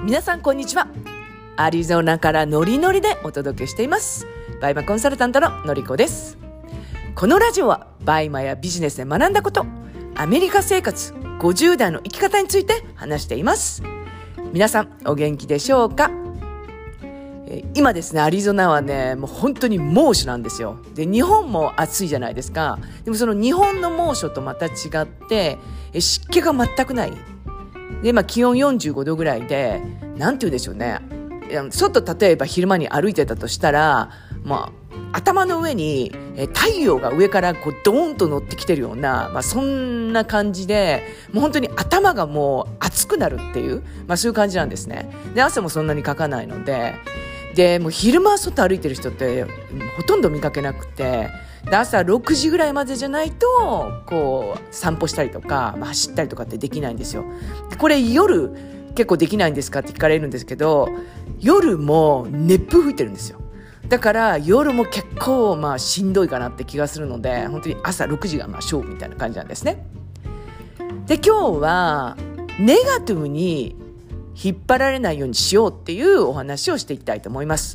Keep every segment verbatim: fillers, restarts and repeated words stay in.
皆さんこんにちは。アリゾナからノリノリでお届けしていますバイマコンサルタントののりこです。このラジオはバイマやビジネスで学んだこと、アメリカ生活、ごじゅう代の生き方について話しています。皆さんお元気でしょうか？今ですね、アリゾナはね、もう本当に猛暑なんですよ。で、日本も暑いじゃないですか。でもその日本の猛暑とまた違って湿気が全くない。で、まあ気温よんじゅうごどぐらいで、なんて言うんでしょうね。外例えば昼間に歩いてたとしたら、まあ頭の上に太陽が上からこうドーンと乗ってきてるような、まあそんな感じで、もう本当に頭がもう熱くなるっていう、まあそういう感じなんですね。で、汗もそんなにかかないので、でもう昼間外歩いてる人ってほとんど見かけなくて、で朝ろくじぐらいまでじゃないとこう散歩したりとか、まあ、走ったりとかってできないんですよ。でこれ夜結構できないんですかって聞かれるんですけど、夜も熱風吹いてるんですよ。だから夜も結構まあしんどいかなって気がするので、本当に朝ろくじがまあ勝負みたいな感じなんですね。で今日はネガティブに引っ張られないようにしようっていうお話をしていきたいと思います。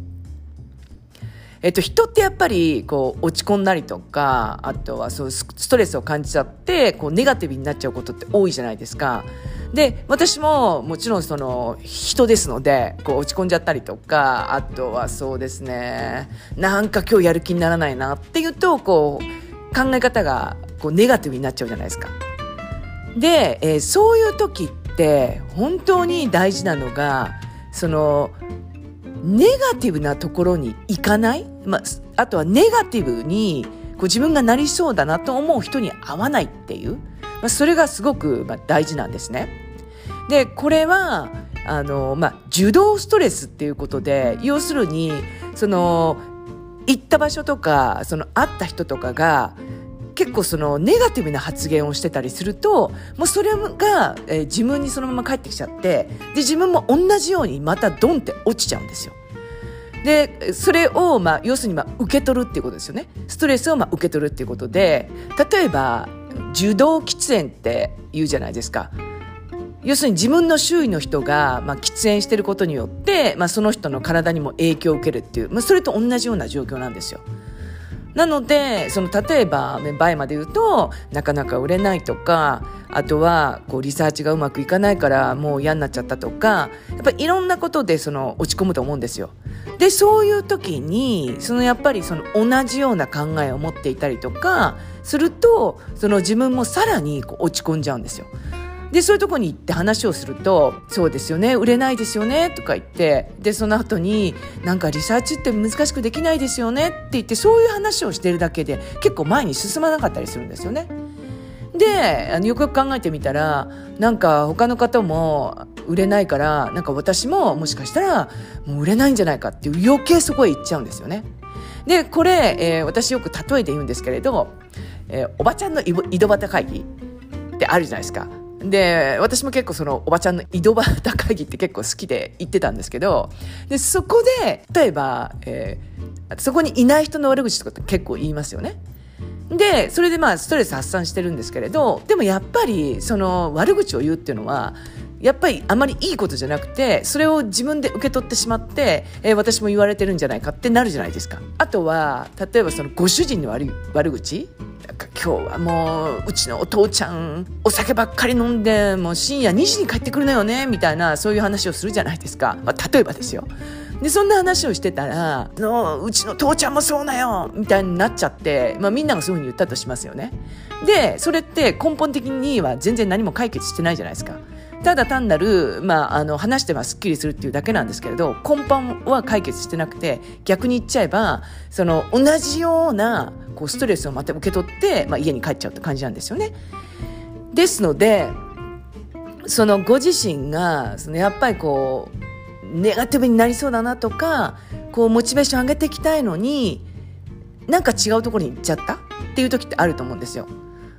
えっと、人ってやっぱりこう落ち込んだりとか、あとはそうストレスを感じちゃってこうネガティブになっちゃうことって多いじゃないですか。で、私ももちろんその人ですのでこう落ち込んじゃったりとか、あとはそうですね、なんか今日やる気にならないなっていうとこう考え方がこうネガティブになっちゃうじゃないですか。で、えー、そういう時って本当に大事なのが、そのネガティブなところに行かない、まあ、あとはネガティブにこう自分がなりそうだなと思う人に会わないっていう、まあ、それがすごくまあ大事なんですね。でこれはあの、まあ、受動ストレスっていうことで、要するにその行った場所とかその会った人とかが結構そのネガティブな発言をしてたりすると、もうそれが、えー、自分にそのまま返ってきちゃって、で自分も同じようにまたドンって落ちちゃうんですよ。でそれを、まあ、要するに、まあ、受け取るっていうことですよね。ストレスを、まあ、受け取るっていうことで、例えば受動喫煙って言うじゃないですか。要するに自分の周囲の人が、まあ、喫煙してることによって、まあ、その人の体にも影響を受けるっていう、まあ、それと同じような状況なんですよ。なのでその例えばバイまで言うと、なかなか売れないとか、あとはこうリサーチがうまくいかないからもう嫌になっちゃったとか、やっぱりいろんなことでその落ち込むと思うんですよ。でそういう時にそのやっぱりその同じような考えを持っていたりとかすると、その自分もさらにこう落ち込んじゃうんですよ。でそういうとこに行って話をすると、そうですよね、売れないですよねとか言って、でその後になんかリサーチって難しくできないですよねって言って、そういう話をしてるだけで結構前に進まなかったりするんですよね。であのよくよく考えてみたら、なんか他の方も売れないから、なんか私ももしかしたらもう売れないんじゃないかっていう、余計そこへ行っちゃうんですよね。でこれ、えー、私よく例えて言うんですけれど、えー、おばちゃんの井戸端会議ってあるじゃないですか。で私も結構そのおばちゃんの井戸端会議って結構好きで行ってたんですけど、でそこで例えば、えー、そこにいない人の悪口とかって結構言いますよね。でそれでまあストレス発散してるんですけれど、でもやっぱりその悪口を言うっていうのはやっぱりあまりいいことじゃなくて、それを自分で受け取ってしまって、えー、私も言われてるんじゃないかってなるじゃないですか。あとは例えばそのご主人の悪い悪口、なんか今日はもううちのお父ちゃんお酒ばっかり飲んでもう深夜にじに帰ってくるのよねみたいな、そういう話をするじゃないですか、まあ、例えばですよ。でそんな話をしてたら、のうちの父ちゃんもそうだよみたいになっちゃって、まあ、みんながそういう風に言ったとしますよね。でそれって根本的には全然何も解決してないじゃないですか。ただ単なる、まあ、あの話してはすっきりするっていうだけなんですけれど、根本は解決してなくて、逆に言っちゃえばその同じようなこうストレスをまた受け取って、まあ、家に帰っちゃうって感じなんですよね。ですのでそのご自身がそのやっぱりこうネガティブになりそうだなとか、こうモチベーション上げていきたいのになんか違うところに行っちゃったっていう時ってあると思うんですよ。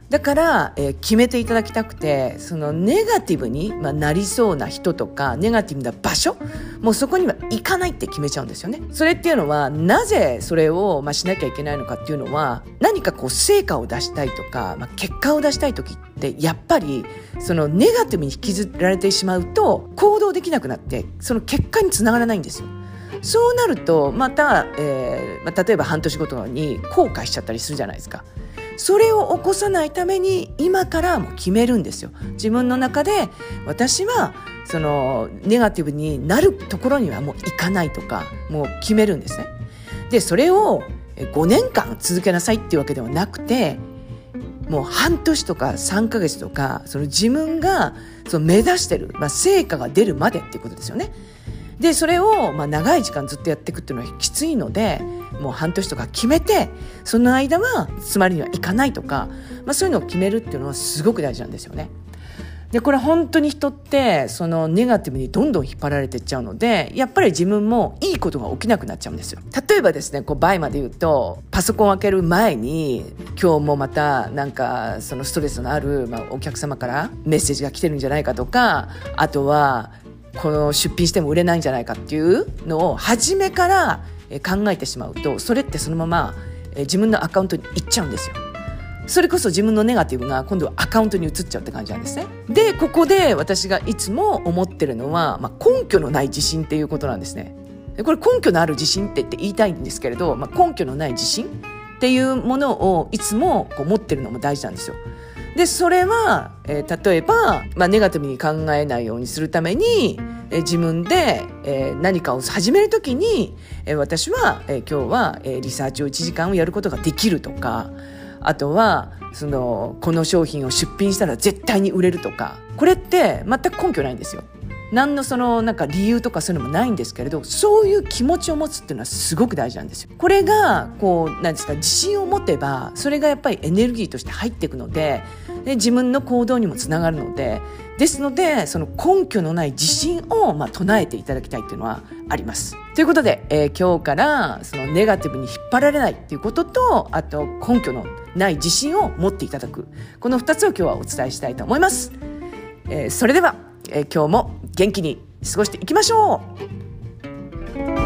だから、えー、決めていただきたくて、そのネガティブに、まあ、なりそうな人とかネガティブな場所、もうそこには行かないって決めちゃうんですよね。それっていうのはなぜそれを、まあ、しなきゃいけないのかっていうのは、何かこう成果を出したいとか、まあ、結果を出したい時ってやっぱりそのネガティブに引きずられてしまうと行動できなくなって、その結果につながらないんですよ。そうなるとまた、えーまあ、例えば半年ごとに後悔しちゃったりするじゃないですか。それを起こさないために今からもう決めるんですよ。自分の中で私はそのネガティブになるところにはもう行かないとか、もう決めるんですね。でそれをごねんかん続けなさいっていうわけではなくて、もう半年とかさんかげつとか、その自分がその目指してる、まあ、成果が出るまでっていうことですよね。でそれをまあ長い時間ずっとやっていくっていうのはきついので、もう半年とか決めて、その間はつまりにはいかないとか、まあ、そういうのを決めるっていうのはすごく大事なんですよね。でこれ本当に人ってそのネガティブにどんどん引っ張られていっちゃうので、やっぱり自分もいいことが起きなくなっちゃうんですよ。例えばですね、こうバイまで言うと、パソコンを開ける前に今日もまたなんかそのストレスのある、まあ、お客様からメッセージが来てるんじゃないかとか、あとはこの出品しても売れないんじゃないかっていうのを初めから考えてしまうと、それってそのまま自分のアカウントに行っちゃうんですよ。それこそ自分のネガティブが今度はアカウントに移っちゃうって感じなんですね。でここで私がいつも思ってるのは、まあ、根拠のない自信っていうことなんですね。でこれ根拠のある自信って言って言いたいんですけれど、まあ、根拠のない自信っていうものをいつもこう持ってるのも大事なんですよ。でそれは、えー、例えば、まあ、ネガティブに考えないようにするために、えー、自分で、えー、何かを始めるときに、えー、私は、えー、今日は、えー、リサーチをいちじかんをやることができるとか、あとはそのこの商品を出品したら絶対に売れるとか、これって全く根拠ないんですよ。何のそのなんか理由とかそういうのもないんですけれど、そういう気持ちを持つっていうのはすごく大事なんですよ。これがこうなんですか、自信を持てばそれがやっぱりエネルギーとして入っていくので、で自分の行動にもつながるので、ですのでその根拠のない自信をまあ唱えていただきたいっていうのはあります。ということで、えー、今日からそのネガティブに引っ張られないっていうことと、あと根拠のない自信を持っていただく、このふたつを今日はお伝えしたいと思います。えー、それでは、えー、今日も元気に過ごしていきましょう。